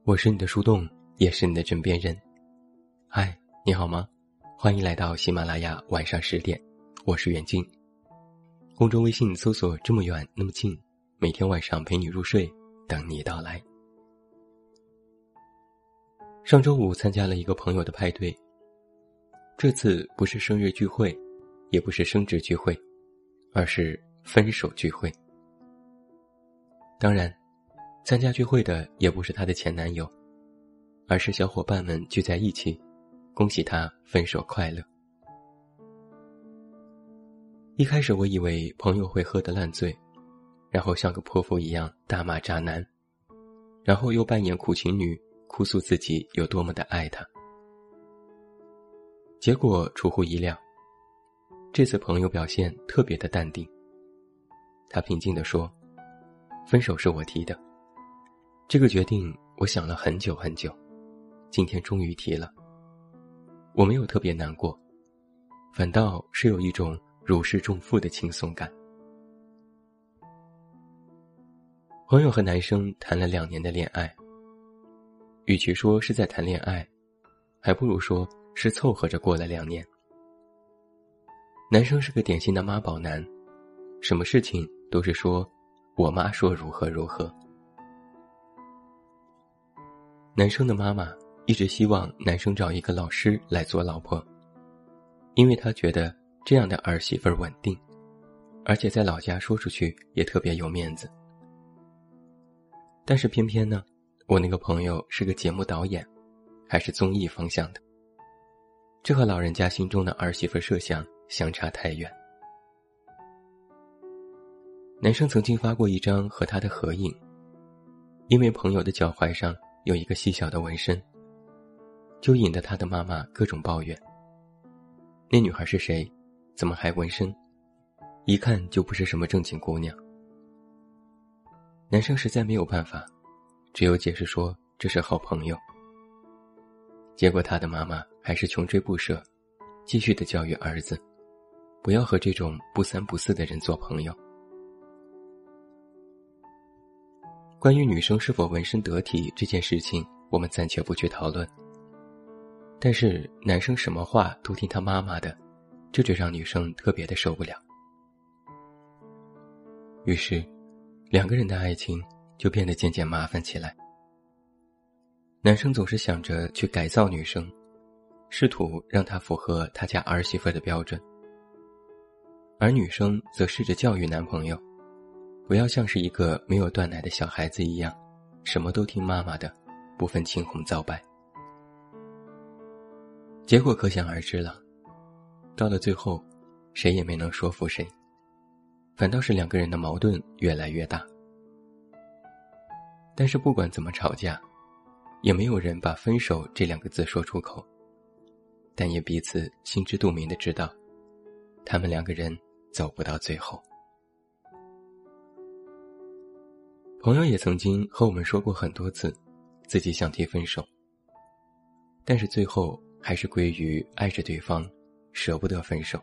我是你的树洞，也是你的枕边人。嗨，你好吗？欢迎来到喜马拉雅晚上10点，我是远近。公众微信搜索这么远那么近，每天晚上陪你入睡，等你到来。上周五参加了一个朋友的派对，这次不是生日聚会，也不是升职聚会，而是分手聚会。当然，参加聚会的也不是她的前男友，而是小伙伴们聚在一起，恭喜她分手快乐。一开始我以为朋友会喝得烂醉，然后像个泼妇一样大骂渣男，然后又扮演苦情女，哭诉自己有多么的爱他。结果出乎意料，这次朋友表现特别的淡定。他平静地说，分手是我提的，这个决定我想了很久很久，今天终于提了。我没有特别难过，反倒是有一种如释重负的轻松感。朋友和男生谈了2年的恋爱，与其说是在谈恋爱，还不如说是凑合着过了2年。男生是个典型的妈宝男，什么事情都是说我妈说如何如何。男生的妈妈一直希望男生找一个老师来做老婆，因为她觉得这样的儿媳妇稳定，而且在老家说出去也特别有面子。但是偏偏呢，我那个朋友是个节目导演，还是综艺方向的，这和老人家心中的儿媳妇设想相差太远。男生曾经发过一张和他的合影，因为朋友的脚踝上有一个细小的纹身，就引得他的妈妈各种抱怨。那女孩是谁？怎么还纹身？一看就不是什么正经姑娘。男生实在没有办法，只有解释说这是好朋友。结果他的妈妈还是穷追不舍，继续的教育儿子，不要和这种不三不四的人做朋友。关于女生是否纹身得体这件事情，我们暂且不去讨论。但是男生什么话都听他妈妈的，这就让女生特别的受不了。于是2个人的爱情就变得渐渐麻烦起来。男生总是想着去改造女生，试图让她符合他家儿媳妇的标准，而女生则试着教育男朋友，不要像是一个没有断奶的小孩子一样，什么都听妈妈的，不分青红皂白。结果可想而知了，到了最后，谁也没能说服谁，反倒是2个人的矛盾越来越大。但是不管怎么吵架，也没有人把分手这2个字说出口，但也彼此心知肚明地知道，他们2个人走不到最后。朋友也曾经和我们说过很多次，自己想提分手，但是最后还是归于爱着对方，舍不得分手。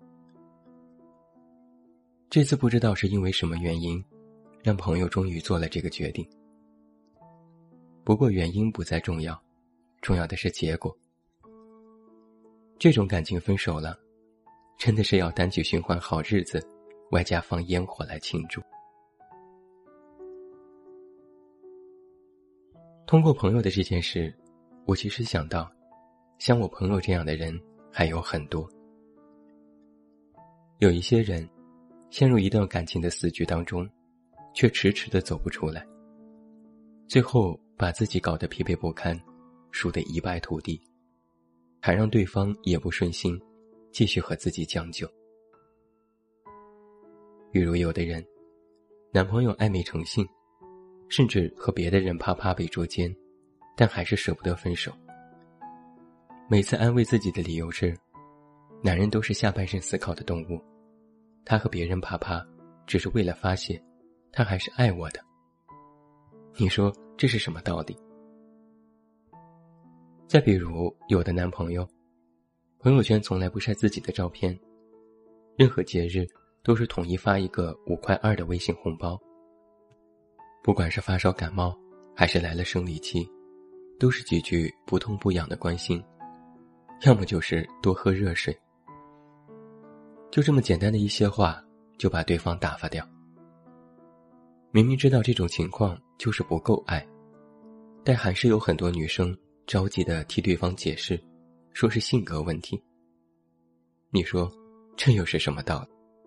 这次不知道是因为什么原因，让朋友终于做了这个决定。不过原因不再重要，重要的是结果。这种感情分手了，真的是要单曲循环好日子，外加放烟火来庆祝。通过朋友的这件事，我其实想到，像我朋友这样的人还有很多。有一些人陷入一段感情的死局当中，却迟迟地走不出来，最后把自己搞得疲惫不堪，输得一败涂地，还让对方也不顺心，继续和自己将就。比如有的人，男朋友暧昧成性，甚至和别的人啪啪被捉奸，但还是舍不得分手。每次安慰自己的理由是，男人都是下半身思考的动物，他和别人啪啪只是为了发泄，他还是爱我的。你说这是什么道理？再比如有的男朋友，朋友圈从来不晒自己的照片，任何节日都是统一发一个5块2的微信红包。不管是发烧感冒，还是来了生理期， 都是几句不痛不痒的关心，要么就是多喝热水。就这么简单的一些话，就把对方打发掉。明明知道这种情况就是不够爱，但还是有很多女生着急地替对方解释，说是性格问题。你说这又是什么道理？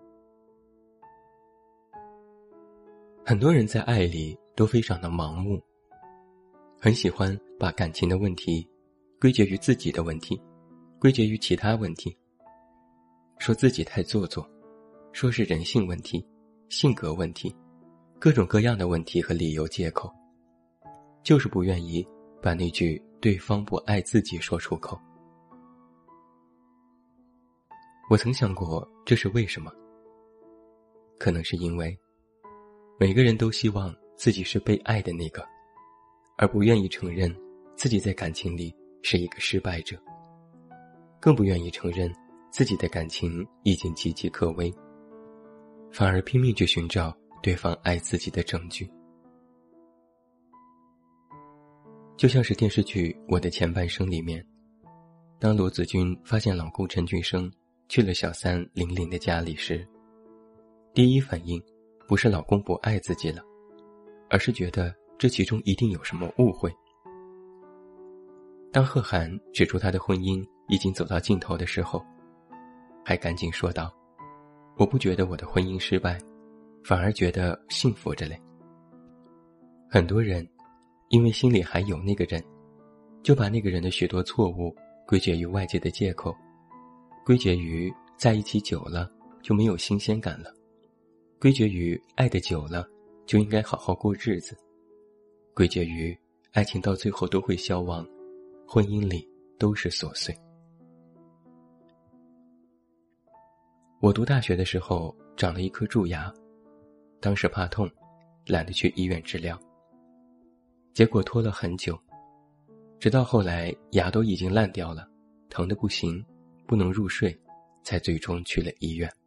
很多人在爱里都非常的盲目，很喜欢把感情的问题归结于自己的问题，归结于其他问题，说自己太做作，说是人性问题、性格问题，各种各样的问题和理由借口，就是不愿意把那句对方不爱自己说出口。我曾想过这是为什么，可能是因为每个人都希望自己是被爱的那个，而不愿意承认自己在感情里是一个失败者，更不愿意承认自己的感情已经岌岌可危，反而拼命去寻找对方爱自己的证据。就像是电视剧《我的前半生》里面，当罗子君发现老公陈俊生去了小三玲玲的家里时，第一反应不是老公不爱自己了，而是觉得这其中一定有什么误会。当贺涵指出他的婚姻已经走到尽头的时候，还赶紧说道，我不觉得我的婚姻失败，反而觉得幸福着嘞。很多人因为心里还有那个人，就把那个人的许多错误归结于外界的借口，归结于在一起久了就没有新鲜感了，归结于爱得久了就应该好好过日子，归结于爱情到最后都会消亡，婚姻里都是琐碎。我读大学的时候长了一颗蛀牙，当时怕痛，懒得去医院治疗，结果拖了很久，直到后来牙都已经烂掉了，疼得不行，不能入睡，才最终去了医院。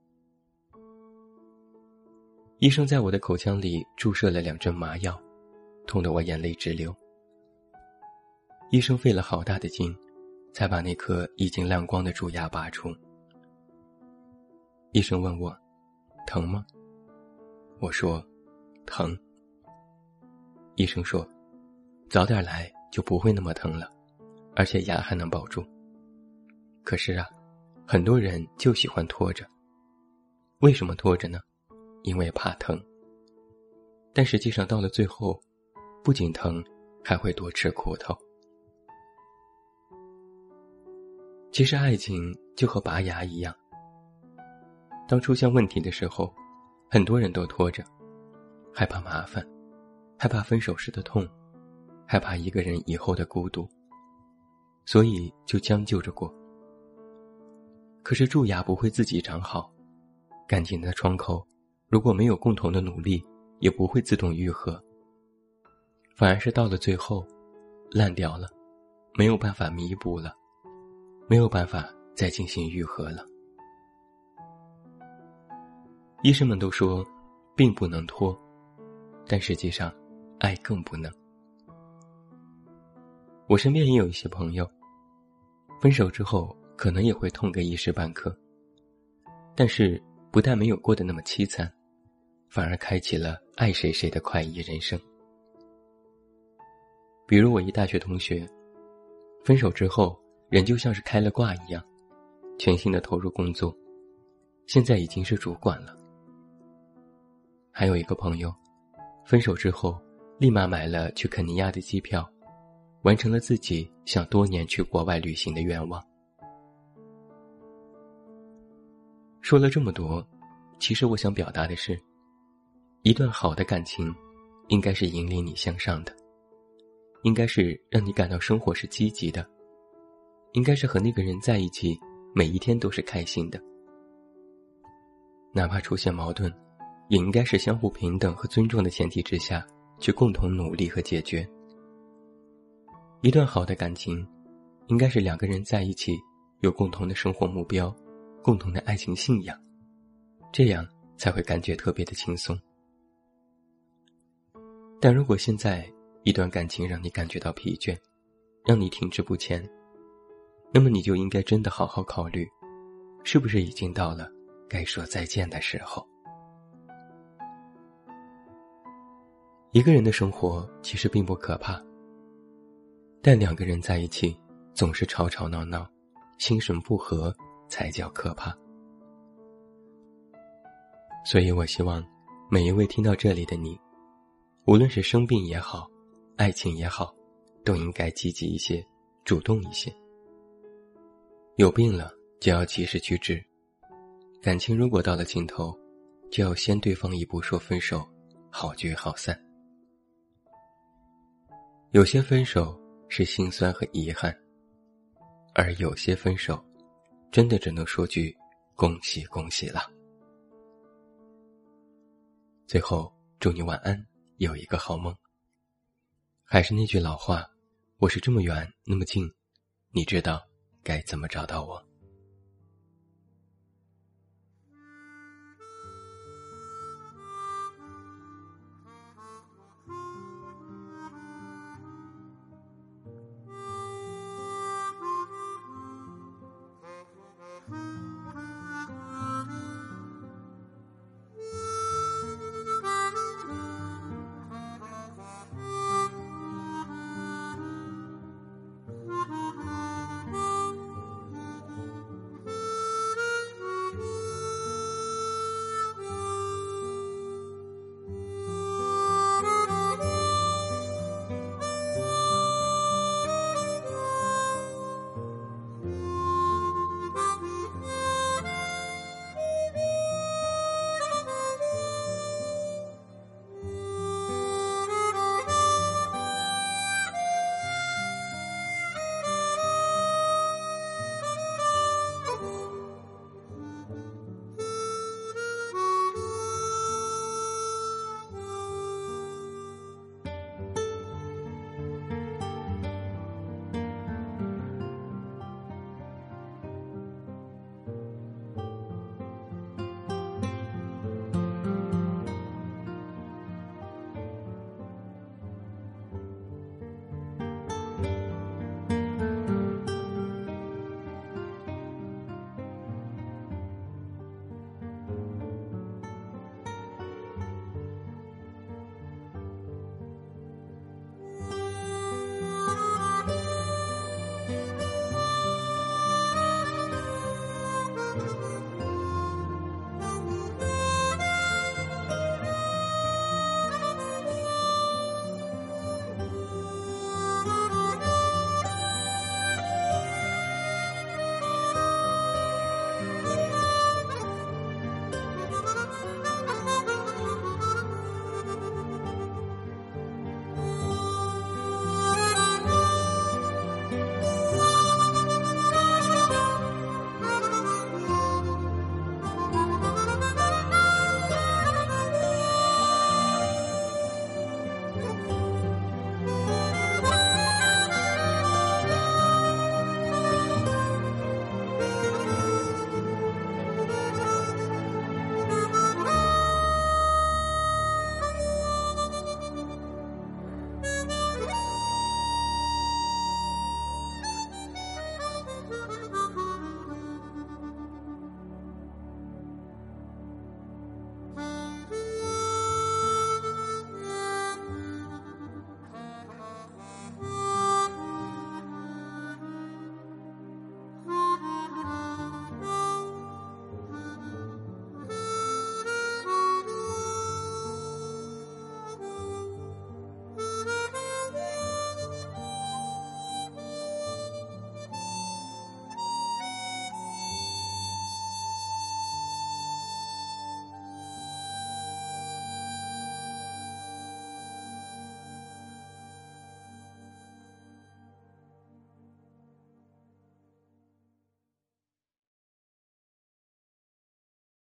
医生在我的口腔里注射了2针麻药，痛得我眼泪直流。医生费了好大的劲，才把那颗已经烂光的蛀牙拔出。医生问我，疼吗？我说，疼。医生说，早点来就不会那么疼了，而且牙还能保住。可是啊，很多人就喜欢拖着。为什么拖着呢？因为怕疼。但实际上到了最后，不仅疼，还会多吃苦头。其实爱情就和拔牙一样，当出现问题的时候，很多人都拖着，害怕麻烦，害怕分手时的痛，害怕一个人以后的孤独，所以就将就着过。可是蛀牙不会自己长好，感情的窗口如果没有共同的努力，也不会自动愈合，反而是到了最后烂掉了，没有办法弥补了，没有办法再进行愈合了。医生们都说并不能拖，但实际上爱更不能。我身边也有一些朋友，分手之后可能也会痛个一时半刻，但是不但没有过得那么凄惨，反而开启了爱谁谁的快意人生。比如我一大学同学，分手之后人就像是开了挂一样，全心的投入工作，现在已经是主管了。还有一个朋友，分手之后立马买了去肯尼亚的机票，完成了自己想多年去国外旅行的愿望。说了这么多，其实我想表达的是，一段好的感情应该是引领你向上的，应该是让你感到生活是积极的，应该是和那个人在一起每一天都是开心的。哪怕出现矛盾，也应该是相互平等和尊重的前提之下去共同努力和解决。一段好的感情应该是2个人在一起有共同的生活目标，共同的爱情信仰，这样才会感觉特别的轻松。但如果现在一段感情让你感觉到疲倦， 让你停滞不前，那么你就应该真的好好考虑，是不是已经到了该说再见的时候。一个人的生活其实并不可怕，但两个人在一起总是吵吵闹闹，心神不和才叫可怕。所以我希望每一位听到这里的你，无论是生病也好，爱情也好，都应该积极一些，主动一些。有病了就要及时去治，感情如果到了尽头，就要先对方一步说分手，好聚好散。有些分手是心酸和遗憾，而有些分手真的只能说句恭喜恭喜了。最后祝你晚安，有一个好梦。还是那句老话，我是这么远那么近，你知道该怎么找到我。